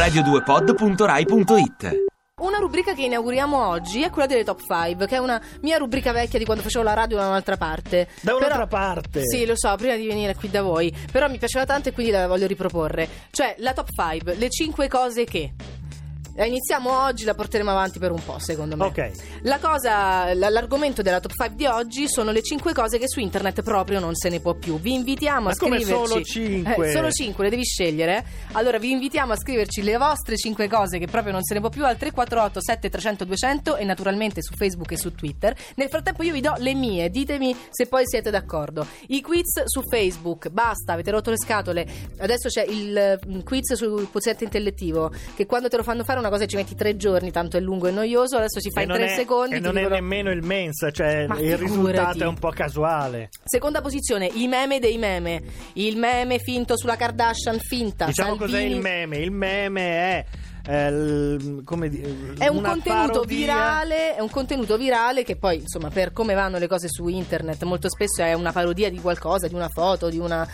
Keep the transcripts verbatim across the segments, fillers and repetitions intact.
radio due pod punto rai punto it. Una rubrica che inauguriamo oggi è quella delle top cinque, che è una mia rubrica vecchia di quando facevo la radio da un'altra parte. Da un'altra Però, parte? Sì, lo so, prima di venire qui da voi. Però mi piaceva tanto e quindi la voglio riproporre. Cioè, la top cinque, le cinque cose che... La iniziamo oggi, la porteremo avanti per un po', secondo me. Ok. La cosa, l'argomento della top cinque di oggi sono le cinque cose che su internet proprio non se ne può più. Vi invitiamo Ma a come scriverci. solo cinque? Eh, solo cinque, le devi scegliere. Allora vi invitiamo a scriverci le vostre cinque cose che proprio non se ne può più al tre quattro otto sette tre zero zero due zero zero e naturalmente su Facebook e su Twitter. Nel frattempo io vi do le mie, ditemi se poi siete d'accordo. I quiz su Facebook, basta, avete rotto le scatole. Adesso c'è il uh, quiz sul quoziente intellettivo, che quando te lo fanno fare una cosa ci metti tre giorni, tanto è lungo e noioso, adesso si fa e in tre è, secondi. E non dicono... è nemmeno il mensa, cioè Ma il figurati. risultato è un po' casuale. Seconda posizione, i meme dei meme. Il meme finto sulla Kardashian finta. Diciamo Salvini... cos'è il meme? Il meme è... Eh, l, come di, è un una contenuto parodia. virale, è un contenuto virale che poi, insomma, per come vanno le cose su internet, molto spesso è una parodia di qualcosa, di una foto, di una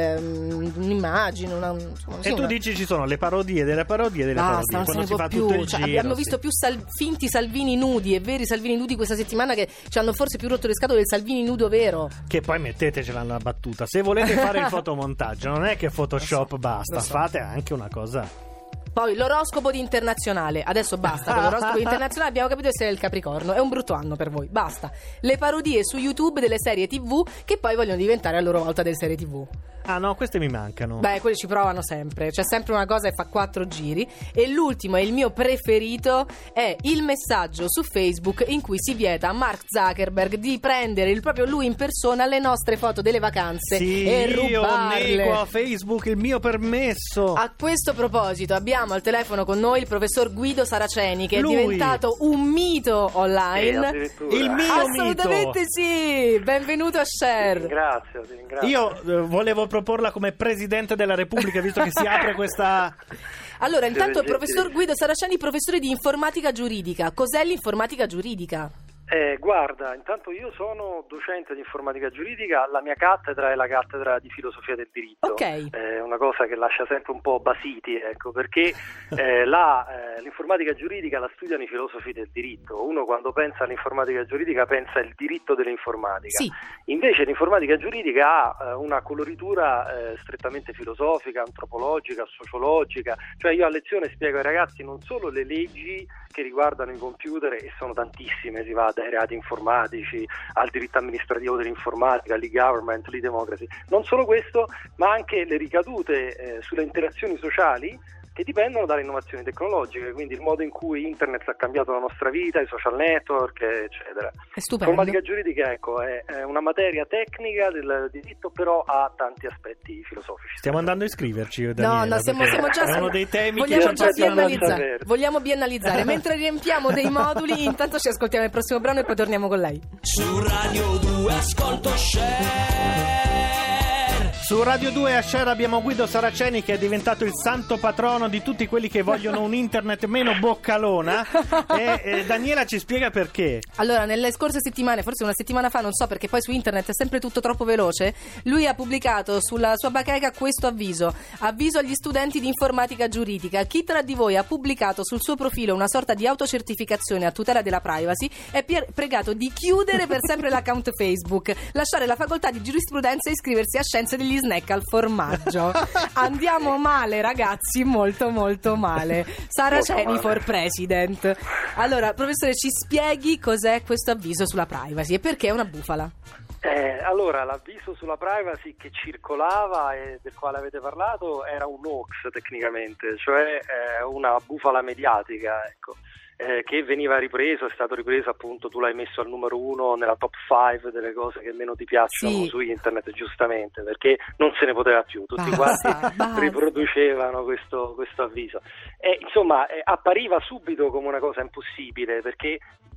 ehm, un'immagine, una, insomma, sì, e tu una... dici ci sono le parodie delle parodie delle Basta, parodie, non quando se si ne fa può tutto più. il Cioè, giro. abbiamo sì. visto più sal- finti Salvini nudi e veri Salvini nudi questa settimana, che ci hanno forse più rotto le scatole del Salvini nudo vero. Che poi mettetecela la battuta. Se volete fare il fotomontaggio, non è che Photoshop so, basta, so. fate anche una cosa. Poi l'oroscopo di internazionale. Adesso basta con l'oroscopo di internazionale. Abbiamo capito essere il Capricorno. È un brutto anno per voi. Basta. Le parodie su YouTube delle serie tivù che poi vogliono diventare a loro volta delle serie tivù. Ah no, queste mi mancano. Beh, quelli ci provano sempre. C'è sempre una cosa che fa quattro giri. E l'ultimo, e il mio preferito, è il messaggio su Facebook in cui si vieta a Mark Zuckerberg di prendere il proprio lui in persona le nostre foto delle vacanze sì, e io rubarle. nego a Facebook il mio permesso. A questo proposito abbiamo al telefono con noi il professor Guido Saraceni, che Lui. è diventato un mito online. Sì, Il mio Assolutamente mito. sì. Benvenuto a Ti Share. ringrazio, ti ringrazio. Io eh, volevo proporla come Presidente della Repubblica, visto che si apre questa... Allora, intanto il Siete professor gentili. Guido Saraceni, professore di informatica giuridica. Cos'è l'informatica giuridica? Eh, guarda, intanto io sono docente di informatica giuridica, la mia cattedra è la cattedra di filosofia del diritto. Ok. È una cosa che lascia sempre un po' basiti, ecco, perché eh, la, eh, l'informatica giuridica la studiano i filosofi del diritto. Uno quando pensa all'informatica giuridica pensa al diritto dell'informatica. Sì. Invece l'informatica giuridica ha eh, una coloritura eh, strettamente filosofica, antropologica, sociologica. Cioè io a lezione spiego ai ragazzi non solo le leggi che riguardano i computer, e sono tantissime, si va dai reati informatici al diritto amministrativo dell'informatica, l'e-government, l'e-democracy. Non solo questo, ma anche le ricadute eh, sulle interazioni sociali che dipendono dalle innovazioni tecnologiche, quindi il modo in cui internet ha cambiato la nostra vita, i social network, eccetera. È stupendo. L'informatica giuridica, ecco, è, è una materia tecnica del diritto, però ha tanti aspetti filosofici. Stiamo andando a iscriverci, io e No, Daniela, no, stiamo, perché stiamo già è uno dei temi vogliamo che ci già appassionano di biennalizzare. più. verde. Vogliamo biennalizzare. Mentre riempiamo dei moduli, intanto ci ascoltiamo il prossimo brano e poi torniamo con lei. Su Radio due ascolto Share. Su Radio due a Share abbiamo Guido Saraceni, che è diventato il santo patrono di tutti quelli che vogliono un internet meno boccalona, e, e Daniela ci spiega perché. Allora, nelle scorse settimane, forse una settimana fa, non so, perché poi su internet è sempre tutto troppo veloce, lui ha pubblicato sulla sua bacheca questo avviso: avviso agli studenti di informatica giuridica: chi tra di voi ha pubblicato sul suo profilo una sorta di autocertificazione a tutela della privacy è pier- pregato di chiudere per sempre l'account Facebook, lasciare la facoltà di giurisprudenza e iscriversi a scienze degli snack al formaggio. Andiamo male, ragazzi, molto molto male. Saraceni Molto for male. president. Allora, professore, ci spieghi cos'è questo avviso sulla privacy e perché è una bufala? Eh, allora, l'avviso sulla privacy che circolava e del quale avete parlato era un hoax tecnicamente, cioè eh, una bufala mediatica, ecco. Eh, che veniva ripreso, è stato ripreso appunto, tu l'hai messo al numero uno nella top cinque delle cose che meno ti piacciono Sì. su internet, giustamente, perché non se ne poteva più, tutti quanti Basta, basta. riproducevano questo, questo avviso. E, insomma, eh, appariva subito come una cosa impossibile, perché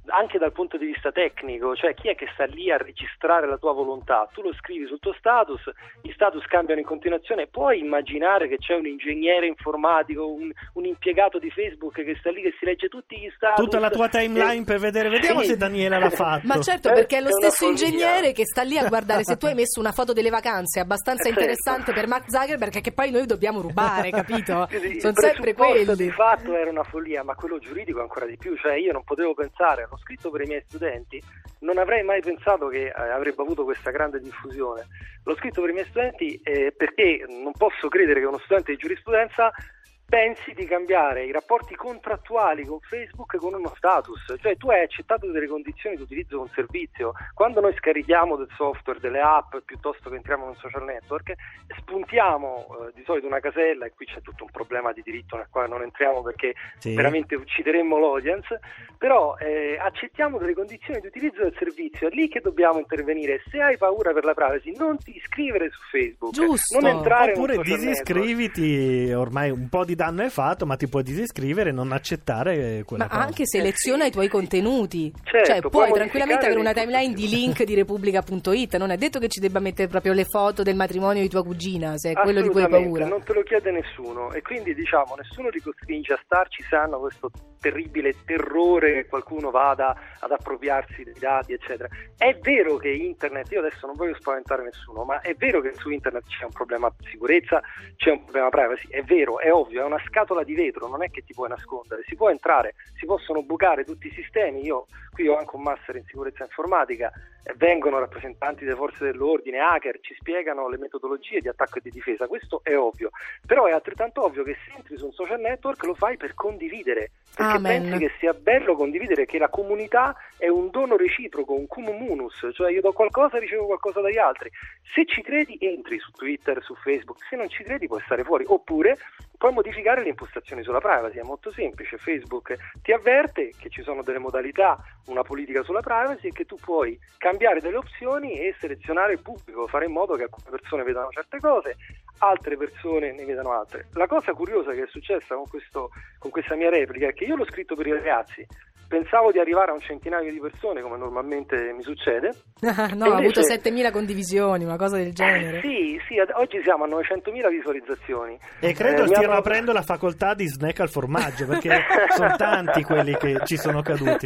anche dal punto di vista tecnico, cioè chi è che sta lì a registrare la tua volontà? Tu lo scrivi sul tuo status, gli status cambiano in continuazione, puoi immaginare che c'è un ingegnere informatico, un, un impiegato di Facebook che sta lì che si legge tutti gli status, tutta la tua timeline, e... per vedere, vediamo sì. se Daniela l'ha fatto. Ma certo, perché è lo è stesso follia. ingegnere che sta lì a guardare se tu hai messo una foto delle vacanze abbastanza Eh, certo. interessante per Mark Zuckerberg, perché poi noi dobbiamo rubare, capito? Sì, Sono il sempre presupposto quelli. di fatto era una follia, ma quello giuridico ancora di più, cioè io non potevo pensare, l'ho scritto per i miei studenti, non avrei mai pensato che eh, avrebbe avuto questa grande diffusione. L'ho scritto per i miei studenti eh, perché non posso credere che uno studente di giurisprudenza pensi di cambiare i rapporti contrattuali con Facebook con uno status, cioè tu hai accettato delle condizioni di utilizzo di un servizio. Quando noi scarichiamo del software, delle app, piuttosto che entriamo in un social network, spuntiamo eh, di solito una casella, e qui c'è tutto un problema di diritto nel quale non entriamo perché sì. veramente uccideremmo l'audience, però eh, accettiamo delle condizioni di utilizzo del servizio, è lì che dobbiamo intervenire. Se hai paura per la privacy, non ti iscrivere su Facebook, Giusto. non entrare oppure in un social disiscriviti, ormai un po' di danno è fatto, ma ti puoi disiscrivere e non accettare quella Ma cosa. anche seleziona i tuoi contenuti, Certo, cioè puoi puoi tranquillamente avere una modificare timeline di link di Repubblica punto it, non è detto che ci debba mettere proprio le foto del matrimonio di tua cugina, se è quello di cui hai Assolutamente, paura. non te lo chiede nessuno, e quindi diciamo nessuno li costringe a starci se hanno questo terribile terrore che qualcuno vada ad appropriarsi dei dati, eccetera. È vero che internet, io adesso non voglio spaventare nessuno, ma è vero che su internet c'è un problema di sicurezza, c'è un problema privacy, è vero, è ovvio, è una scatola di vetro, non è che ti puoi nascondere, si può entrare, si possono bucare tutti i sistemi. Io qui ho anche un master in sicurezza informatica, e vengono rappresentanti delle forze dell'ordine, hacker, ci spiegano le metodologie di attacco e di difesa, questo è ovvio, però è altrettanto ovvio che se entri su un social network lo fai per condividere, perché Amen. pensi che sia bello condividere, che la comunità è un dono reciproco, un cum munus, cioè io do qualcosa e ricevo qualcosa dagli altri. Se ci credi entri su Twitter, su Facebook, se non ci credi puoi stare fuori, oppure puoi modificare le impostazioni sulla privacy, è molto semplice. Facebook ti avverte che ci sono delle modalità, una politica sulla privacy, e che tu puoi cambiare delle opzioni e selezionare il pubblico, fare in modo che alcune persone vedano certe cose, altre persone ne vedano altre. La cosa curiosa che è successa con, questo, con questa mia replica è che io l'ho scritto per i ragazzi, pensavo di arrivare a un centinaio di persone come normalmente mi succede. no, invece... ha avuto settemila condivisioni, una cosa del genere. Eh, sì, sì, ad- oggi siamo a novecentomila visualizzazioni. E credo Eh, stiano hanno... aprendo la facoltà di snack al formaggio, perché sono tanti quelli che ci sono caduti.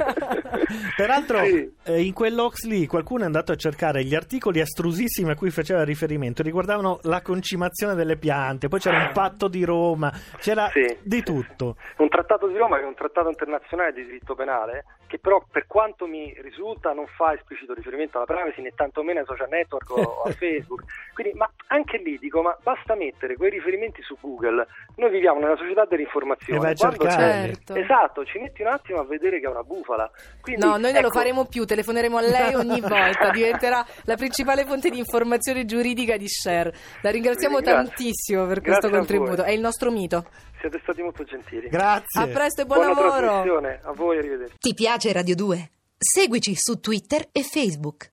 Peraltro Sì. eh, in quell'Ox lì qualcuno è andato a cercare gli articoli astrusissimi a cui faceva riferimento, riguardavano la concimazione delle piante, poi c'era un patto di Roma, c'era Sì. di tutto. Un trattato di Roma che è un trattato internazionale di diritto penale, che però per quanto mi risulta non fa esplicito riferimento alla privacy, né tantomeno ai social network o a Facebook. Quindi, ma anche lì dico, ma basta mettere quei riferimenti su Google. Noi viviamo nella società dell'informazione. E vai a Quando cercarli. Certo. Esatto, ci metti un attimo a vedere che è una bufala. Quindi, No, noi non lo ecco, faremo più, telefoneremo a lei ogni volta, diventerà la principale fonte di informazione giuridica di Cher. La ringraziamo Grazie. tantissimo per Grazie questo a contributo, voi. è il nostro mito. Siete stati molto gentili. Grazie. A presto e buon Buona lavoro! trasmissione, a voi, arrivederci. Ti piace Radio due? Seguici su Twitter e Facebook.